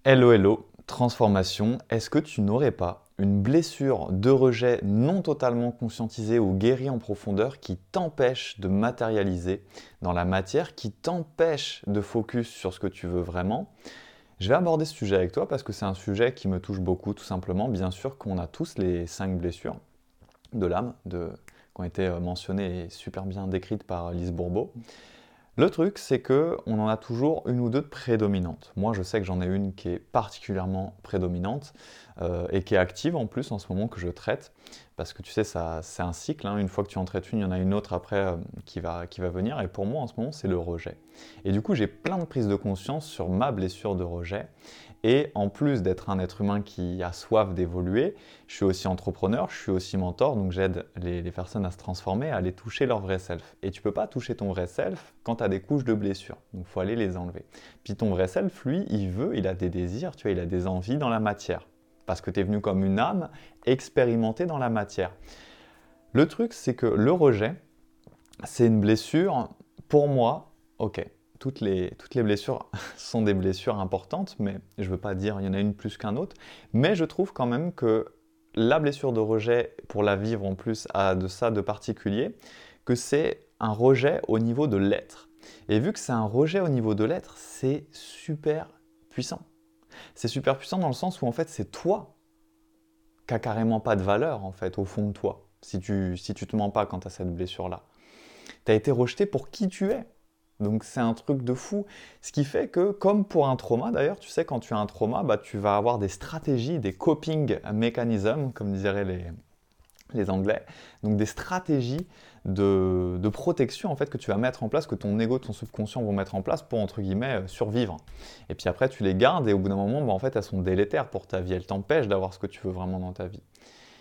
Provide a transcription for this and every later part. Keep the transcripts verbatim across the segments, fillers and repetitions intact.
Hello, hello, transformation. Est-ce que tu n'aurais pas une blessure de rejet non totalement conscientisée ou guérie en profondeur qui t'empêche de matérialiser dans la matière, qui t'empêche de focus sur ce que tu veux vraiment? Je vais aborder ce sujet avec toi parce que c'est un sujet qui me touche beaucoup, tout simplement. Bien sûr qu'on a tous les cinq blessures de l'âme, de, qui ont été mentionnées et super bien décrites par Lise Bourbeau. Le truc, c'est qu'on en a toujours une ou deux de prédominantes. Moi, je sais que j'en ai une qui est particulièrement prédominante euh, et qui est active en plus en ce moment que je traite. Parce que tu sais, ça, c'est un cycle. Hein. Une fois que tu en traites une, il y en a une autre après euh, qui va, qui va venir. Et pour moi, en ce moment, c'est le rejet. Et du coup, j'ai plein de prises de conscience sur ma blessure de rejet. Et en plus d'être un être humain qui a soif d'évoluer, je suis aussi entrepreneur, je suis aussi mentor, donc j'aide les, les personnes à se transformer, à aller toucher leur vrai self. Et tu ne peux pas toucher ton vrai self quand tu as des couches de blessures, donc il faut aller les enlever. Puis ton vrai self, lui, il veut, il a des désirs, tu vois, il a des envies dans la matière. Parce que tu es venu comme une âme expérimentée dans la matière. Le truc, c'est que le rejet, c'est une blessure, pour moi, ok, toutes les, toutes les blessures sont des blessures importantes, mais je ne veux pas dire il y en a une plus qu'un autre, mais je trouve quand même que la blessure de rejet, pour la vivre en plus, a de ça de particulier, que c'est un rejet au niveau de l'être. Et vu que c'est un rejet au niveau de l'être, c'est super puissant. C'est super puissant dans le sens où en fait c'est toi qui n'as carrément pas de valeur en fait au fond de toi, si tu si tu te mens pas quand tu as cette blessure-là. Tu as été rejeté pour qui tu es. Donc c'est un truc de fou. Ce qui fait que, comme pour un trauma d'ailleurs, tu sais, quand tu as un trauma, bah, tu vas avoir des stratégies, des coping mechanisms, comme diraient les, les Anglais. Donc des stratégies de, de protection en fait, que tu vas mettre en place, que ton ego, ton subconscient vont mettre en place pour, entre guillemets, survivre. Et puis après, tu les gardes et au bout d'un moment, bah, en fait, elles sont délétères pour ta vie. Elles t'empêchent d'avoir ce que tu veux vraiment dans ta vie.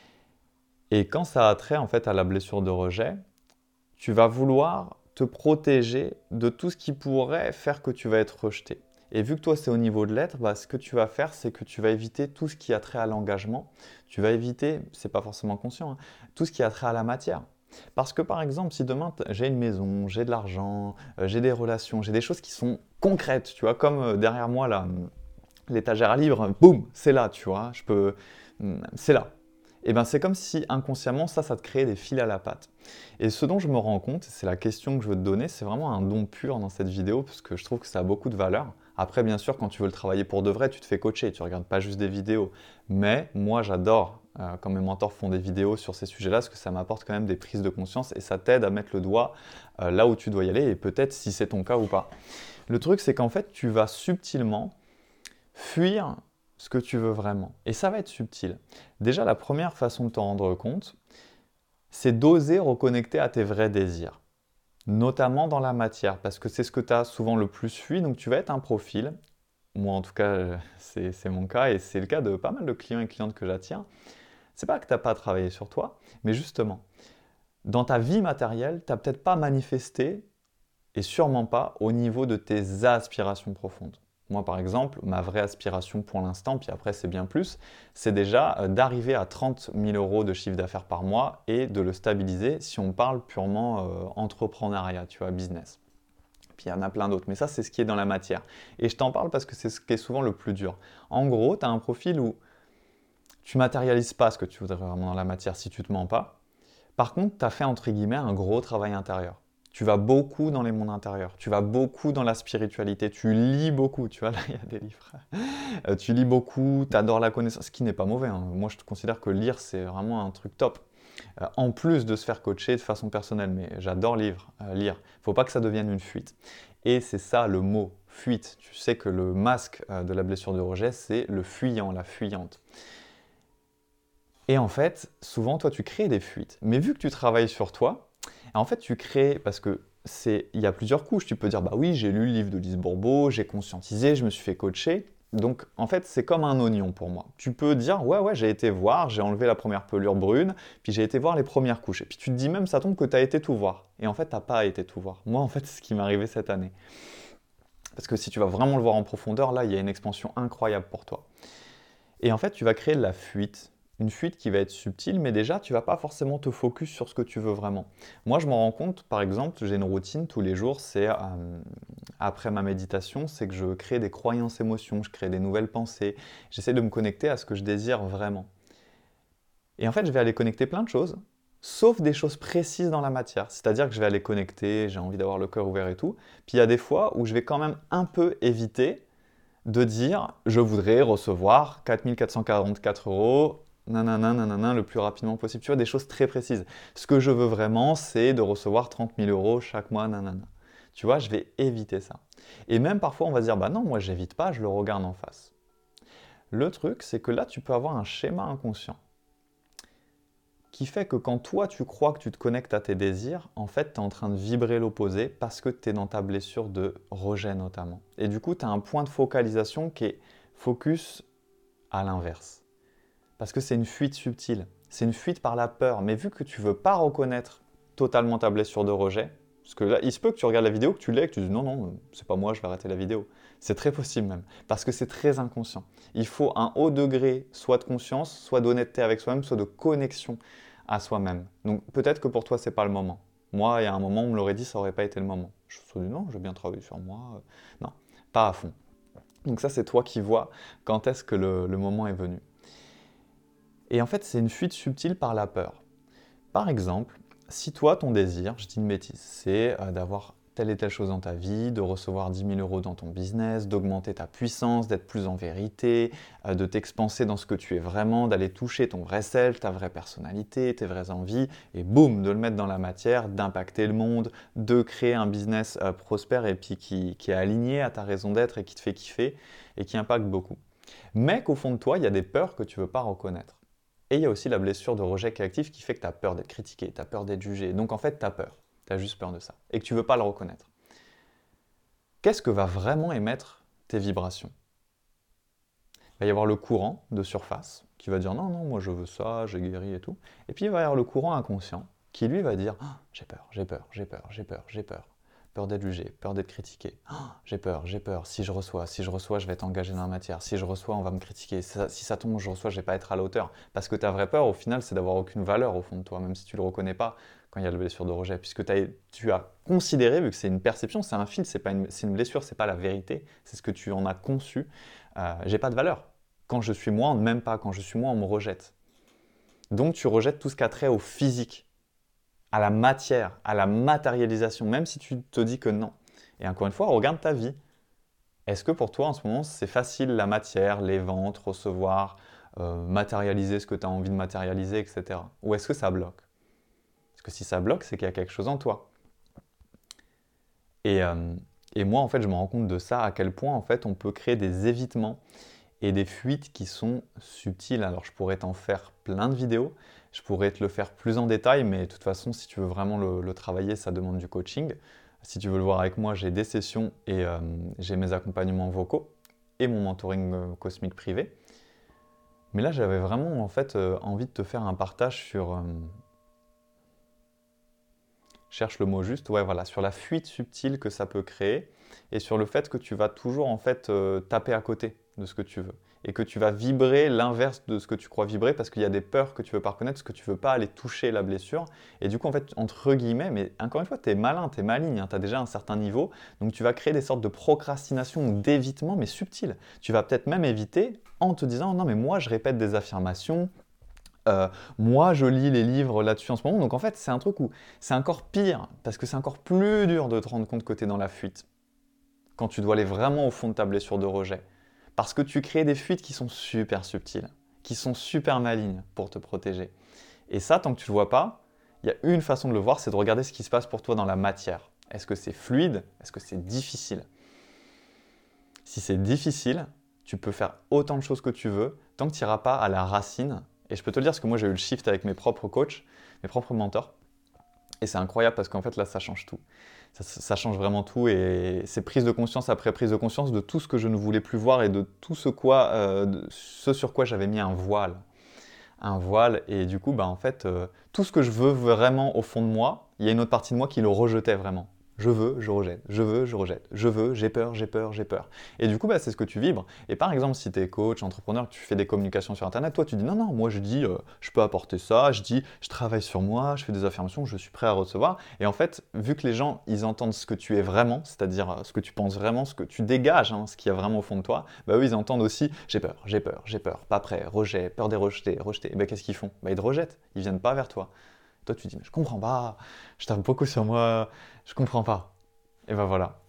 Et quand ça a trait en fait à la blessure de rejet, tu vas vouloir te protéger de tout ce qui pourrait faire que tu vas être rejeté. Et vu que toi c'est au niveau de l'être, bah, ce que tu vas faire, c'est que tu vas éviter tout ce qui a trait à l'engagement. Tu vas éviter, c'est pas forcément conscient, hein, tout ce qui a trait à la matière. Parce que par exemple, si demain j'ai une maison, j'ai de l'argent, euh, j'ai des relations, j'ai des choses qui sont concrètes, tu vois, comme euh, derrière moi là, l'étagère à livres, boum, c'est là, tu vois, je peux, c'est là. Et ben c'est comme si inconsciemment ça, ça te créait des fils à la patte. Et ce dont je me rends compte, c'est la question que je veux te donner, c'est vraiment un don pur dans cette vidéo parce que je trouve que ça a beaucoup de valeur. Après, bien sûr, quand tu veux le travailler pour de vrai, tu te fais coacher, tu regardes pas juste des vidéos. Mais moi, j'adore euh, quand mes mentors font des vidéos sur ces sujets-là parce que ça m'apporte quand même des prises de conscience et ça t'aide à mettre le doigt euh, là où tu dois y aller et peut-être si c'est ton cas ou pas. Le truc, c'est qu'en fait, tu vas subtilement fuir ce que tu veux vraiment. Et ça va être subtil. Déjà, la première façon de t'en rendre compte, c'est d'oser reconnecter à tes vrais désirs, notamment dans la matière, parce que c'est ce que tu as souvent le plus fui, donc tu vas être un profil. Moi, en tout cas, c'est, c'est mon cas, et c'est le cas de pas mal de clients et clientes que j'attire. C'est pas que tu n'as pas travaillé sur toi, mais justement, dans ta vie matérielle, tu n'as peut-être pas manifesté, et sûrement pas au niveau de tes aspirations profondes. Moi, par exemple, ma vraie aspiration pour l'instant, puis après c'est bien plus, c'est déjà d'arriver à trente mille euros de chiffre d'affaires par mois et de le stabiliser si on parle purement euh, entrepreneuriat, tu vois, business. Puis il y en a plein d'autres, mais ça c'est ce qui est dans la matière. Et je t'en parle parce que c'est ce qui est souvent le plus dur. En gros, tu as un profil où tu matérialises pas ce que tu voudrais vraiment dans la matière si tu te mens pas. Par contre, tu as fait entre guillemets un gros travail intérieur. Tu vas beaucoup dans les mondes intérieurs, tu vas beaucoup dans la spiritualité, tu lis beaucoup, tu vois, là il y a des livres. Euh, tu lis beaucoup, tu adores la connaissance, ce qui n'est pas mauvais. Hein. Moi je te considère que lire c'est vraiment un truc top. Euh, en plus de se faire coacher de façon personnelle, mais j'adore lire. Euh, lire. Il ne faut pas que ça devienne une fuite. Et c'est ça le mot, fuite. Tu sais que le masque euh, de la blessure de rejet, c'est le fuyant, la fuyante. Et en fait, souvent, toi, tu crées des fuites. Mais vu que tu travailles sur toi, en fait, tu crées, parce que c'est, il y a plusieurs couches. Tu peux dire, bah oui, j'ai lu le livre de Lise Bourbeau, j'ai conscientisé, je me suis fait coacher. Donc, en fait, c'est comme un oignon pour moi. Tu peux dire, ouais, ouais, j'ai été voir, j'ai enlevé la première pelure brune, puis j'ai été voir les premières couches. Et puis tu te dis même, ça tombe que tu as été tout voir. Et en fait, tu n'as pas été tout voir. Moi, en fait, c'est ce qui m'est arrivé cette année. Parce que si tu vas vraiment le voir en profondeur, là, il y a une expansion incroyable pour toi. Et en fait, tu vas créer de la fuite. une fuite qui va être subtile, mais déjà, tu vas pas forcément te focus sur ce que tu veux vraiment. Moi, je m'en rends compte, par exemple, j'ai une routine tous les jours, c'est euh, après ma méditation, c'est que je crée des croyances-émotions, je crée des nouvelles pensées, j'essaie de me connecter à ce que je désire vraiment. Et en fait, je vais aller connecter plein de choses, sauf des choses précises dans la matière. C'est-à-dire que je vais aller connecter, j'ai envie d'avoir le cœur ouvert et tout. Puis il y a des fois où je vais quand même un peu éviter de dire je voudrais recevoir quatre mille quatre cent quarante-quatre euros, nanana, nanana, le plus rapidement possible. Tu vois, des choses très précises. Ce que je veux vraiment, c'est de recevoir trente mille euros chaque mois, nanana. Tu vois, je vais éviter ça. Et même parfois, on va se dire bah non, moi, j'évite pas, je le regarde en face. Le truc, c'est que là, tu peux avoir un schéma inconscient qui fait que quand toi tu crois que tu te connectes à tes désirs, en fait tu es en train de vibrer l'opposé parce que tu es dans ta blessure de rejet notamment. Et du coup tu as un point de focalisation qui est focus à l'inverse. Parce que c'est une fuite subtile, c'est une fuite par la peur. Mais vu que tu ne veux pas reconnaître totalement ta blessure de rejet, parce que là il se peut que tu regardes la vidéo, que tu l'aies, que tu dis non non, c'est pas moi, je vais arrêter la vidéo. C'est très possible même, parce que c'est très inconscient. Il faut un haut degré, soit de conscience, soit d'honnêteté avec soi-même, soit de connexion à soi-même. Donc peut-être que pour toi, c'est pas le moment. Moi, il y a un moment, on me l'aurait dit, ça aurait pas été le moment. Je me suis dit non, j'ai bien travaillé sur moi. Non, pas à fond. Donc ça, c'est toi qui vois quand est-ce que le, le moment est venu. Et en fait, c'est une fuite subtile par la peur. Par exemple, si toi, ton désir, je dis une bêtise, c'est euh, d'avoir telle et telle chose dans ta vie, de recevoir dix mille euros dans ton business, d'augmenter ta puissance, d'être plus en vérité, euh, de t'expanser dans ce que tu es vraiment, d'aller toucher ton vrai self, ta vraie personnalité, tes vraies envies, et boum, de le mettre dans la matière, d'impacter le monde, de créer un business euh, prospère et puis qui, qui est aligné à ta raison d'être et qui te fait kiffer et qui impacte beaucoup. Mais qu'au fond de toi, il y a des peurs que tu ne veux pas reconnaître. Et il y a aussi la blessure de rejet qui est active qui fait que tu as peur d'être critiqué, tu as peur d'être jugé. Donc en fait, tu as peur. Tu as juste peur de ça. Et que tu ne veux pas le reconnaître. Qu'est-ce que va vraiment émettre tes vibrations? Il va y avoir le courant de surface qui va dire non, non, moi je veux ça, j'ai guéri et tout. Et puis il va y avoir le courant inconscient qui lui va dire oh, j'ai peur, j'ai peur, j'ai peur, j'ai peur, j'ai peur. Peur d'être jugé, peur d'être critiqué. Oh, j'ai peur, j'ai peur. Si je reçois, si je reçois, je vais être engagé dans la matière. Si je reçois, on va me critiquer. Si ça, si ça tombe, je reçois, je vais pas être à la hauteur. Parce que ta vraie peur, au final, c'est d'avoir aucune valeur au fond de toi, même si tu le reconnais pas quand il y a la blessure de rejet. Puisque tu as considéré, vu que c'est une perception, c'est un fil, c'est pas une, c'est une blessure, c'est pas la vérité, c'est ce que tu en as conçu. Euh, j'ai pas de valeur. Quand je suis moi, même pas. Quand je suis moi, on me rejette. Donc tu rejettes tout ce qui a trait au physique, à la matière, à la matérialisation, même si tu te dis que non. Et encore une fois, regarde ta vie. Est-ce que pour toi, en ce moment, c'est facile la matière, les ventes, recevoir, euh, matérialiser ce que tu as envie de matérialiser, et cetera. Ou est-ce que ça bloque? Parce que si ça bloque, c'est qu'il y a quelque chose en toi. Et, euh, et moi, en fait, je me rends compte de ça, à quel point, en fait, on peut créer des évitements et des fuites qui sont subtiles. Alors, je pourrais t'en faire plein de vidéos, je pourrais te le faire plus en détail, mais de toute façon, si tu veux vraiment le, le travailler, ça demande du coaching. Si tu veux le voir avec moi, j'ai des sessions et euh, j'ai mes accompagnements vocaux et mon mentoring euh, cosmique privé. Mais là, j'avais vraiment en fait euh, envie de te faire un partage sur... Euh, cherche le mot juste, ouais voilà, sur la fuite subtile que ça peut créer et sur le fait que tu vas toujours en fait euh, taper à côté de ce que tu veux et que tu vas vibrer l'inverse de ce que tu crois vibrer parce qu'il y a des peurs que tu veux pas reconnaître, parce que tu veux pas aller toucher la blessure et du coup en fait entre guillemets, mais encore une fois tu es malin, tu es maligne, hein, tu as déjà un certain niveau, donc tu vas créer des sortes de procrastination ou d'évitement mais subtil. Tu vas peut-être même éviter en te disant non mais moi je répète des affirmations, Euh, moi, je lis les livres là-dessus en ce moment. Donc, en fait, c'est un truc où c'est encore pire, parce que c'est encore plus dur de te rendre compte que tu es dans la fuite, quand tu dois aller vraiment au fond de ta blessure de rejet. Parce que tu crées des fuites qui sont super subtiles, qui sont super malignes pour te protéger. Et ça, tant que tu ne le vois pas, il y a une façon de le voir, c'est de regarder ce qui se passe pour toi dans la matière. Est-ce que c'est fluide? Est-ce que c'est difficile? Si c'est difficile, tu peux faire autant de choses que tu veux, tant que tu n'iras pas à la racine. Et je peux te le dire, parce que moi j'ai eu le shift avec mes propres coachs, mes propres mentors. Et c'est incroyable parce qu'en fait là, ça change tout. Ça, ça change vraiment tout et c'est prise de conscience après prise de conscience de tout ce que je ne voulais plus voir et de tout ce, quoi, euh, de ce sur quoi j'avais mis un voile. Un voile et du coup, bah, en fait, euh, tout ce que je veux vraiment au fond de moi, il y a une autre partie de moi qui le rejetait vraiment. Je veux, je rejette. Je veux, je rejette. Je veux, j'ai peur, j'ai peur, j'ai peur. Et du coup, bah, c'est ce que tu vibres. Et par exemple, si tu es coach, entrepreneur, que tu fais des communications sur Internet, toi, tu dis non, non, moi, je dis, euh, je peux apporter ça. Je dis, je travaille sur moi, je fais des affirmations, je suis prêt à recevoir. Et en fait, vu que les gens, ils entendent ce que tu es vraiment, c'est-à-dire euh, ce que tu penses vraiment, ce que tu dégages, hein, ce qu'il y a vraiment au fond de toi, bah eux, ils entendent aussi, j'ai peur, j'ai peur, j'ai peur, pas prêt, rejet, peur des rejetés, rejetés. Et bah, qu'est-ce qu'ils font? Bah, ils te rejettent. Ils viennent pas vers toi. Toi, tu dis, mais je comprends pas, je tape beaucoup sur moi, je comprends pas. Et ben voilà.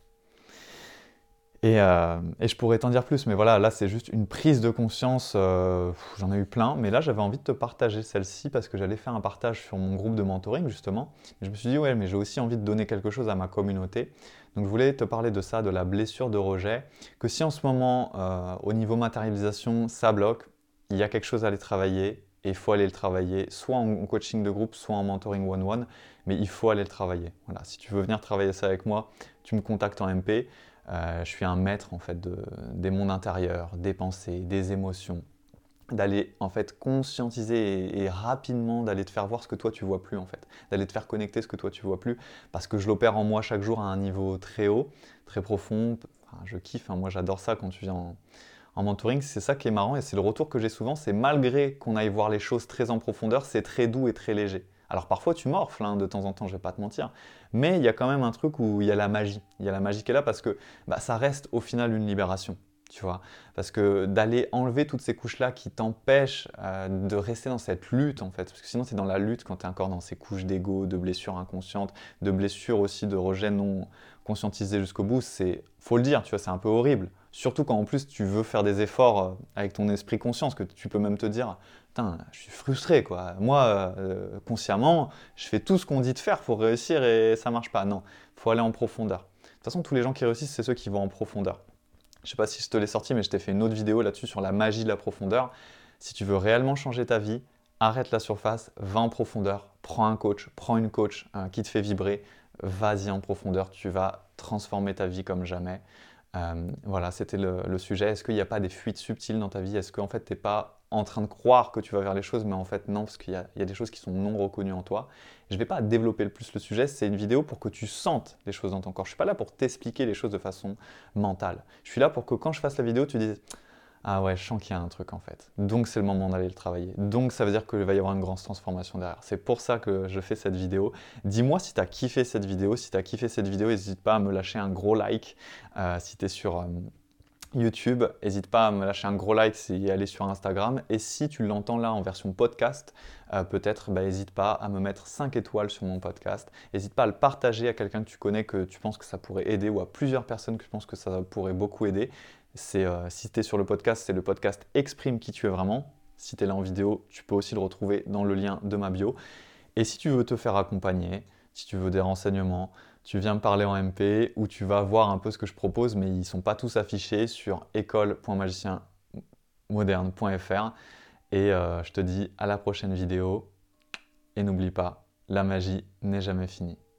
Et, euh, et je pourrais t'en dire plus, mais voilà, là c'est juste une prise de conscience, euh, pff, j'en ai eu plein, mais là j'avais envie de te partager celle-ci parce que j'allais faire un partage sur mon groupe de mentoring justement. Et je me suis dit, ouais, mais j'ai aussi envie de donner quelque chose à ma communauté. Donc je voulais te parler de ça, de la blessure de rejet, que si en ce moment, euh, au niveau matérialisation, ça bloque, il y a quelque chose à aller travailler, et il faut aller le travailler, soit en coaching de groupe, soit en mentoring one-one, mais il faut aller le travailler. Voilà, si tu veux venir travailler ça avec moi, tu me contactes en M P. Euh, je suis un maître en fait de, des mondes intérieurs, des pensées, des émotions, d'aller en fait conscientiser et, et rapidement d'aller te faire voir ce que toi tu vois plus en fait, d'aller te faire connecter ce que toi tu vois plus, parce que je l'opère en moi chaque jour à un niveau très haut, très profond. Enfin, je kiffe, hein, moi j'adore ça quand tu viens en, en mentoring, c'est ça qui est marrant et c'est le retour que j'ai souvent, c'est malgré qu'on aille voir les choses très en profondeur, c'est très doux et très léger. Alors parfois tu morfles hein, de temps en temps, je vais pas te mentir, mais il y a quand même un truc où il y a la magie. Il y a la magie qui est là parce que bah, ça reste au final une libération, tu vois. Parce que d'aller enlever toutes ces couches-là qui t'empêchent euh, de rester dans cette lutte en fait, parce que sinon tu es dans la lutte quand tu es encore dans ces couches d'ego, de blessures inconscientes, de blessures aussi de rejet non conscientisé jusqu'au bout, c'est, faut le dire, tu vois, c'est un peu horrible. Surtout quand en plus tu veux faire des efforts euh, avec ton esprit conscient, que tu peux même te dire, putain, je suis frustré quoi. Moi, euh, consciemment, je fais tout ce qu'on dit de faire pour réussir et ça marche pas. Non, faut aller en profondeur. De toute façon, tous les gens qui réussissent, c'est ceux qui vont en profondeur. Je sais pas si je te l'ai sorti, mais je t'ai fait une autre vidéo là-dessus sur la magie de la profondeur. Si tu veux réellement changer ta vie, arrête la surface, va en profondeur, prends un coach, prends une coach euh, qui te fait vibrer, vas-y en profondeur, tu vas transformer ta vie comme jamais. Euh, voilà, c'était le, le sujet. Est-ce qu'il n'y a pas des fuites subtiles dans ta vie? Est-ce qu'en fait, tu n'es pas en train de croire que tu vas vers les choses, mais en fait, non, parce qu'il y a, il y a des choses qui sont non reconnues en toi. Je ne vais pas développer le plus le sujet, c'est une vidéo pour que tu sentes les choses dans ton corps. Je ne suis pas là pour t'expliquer les choses de façon mentale. Je suis là pour que quand je fasse la vidéo, tu dises ah ouais, je sens qu'il y a un truc en fait. Donc c'est le moment d'aller le travailler. Donc ça veut dire qu'il va y avoir une grande transformation derrière. C'est pour ça que je fais cette vidéo. Dis-moi si tu as kiffé cette vidéo. Si tu as kiffé cette vidéo, n'hésite pas à me lâcher un gros like. Euh, si tu es sur euh, YouTube, n'hésite pas à me lâcher un gros like et aller sur Instagram. Et si tu l'entends là en version podcast, euh, peut-être, bah, n'hésite pas à me mettre cinq étoiles sur mon podcast. N'hésite pas à le partager à quelqu'un que tu connais, que tu penses que ça pourrait aider, ou à plusieurs personnes que tu penses que ça pourrait beaucoup aider. C'est, euh, si tu es sur le podcast, c'est le podcast Exprime qui tu es vraiment. Si tu es là en vidéo, tu peux aussi le retrouver dans le lien de ma bio. Et si tu veux te faire accompagner, si tu veux des renseignements, tu viens me parler en M P ou tu vas voir un peu ce que je propose, mais ils ne sont pas tous affichés sur école point magicien moderne point f r. Et euh, je te dis à la prochaine vidéo. Et n'oublie pas, la magie n'est jamais finie.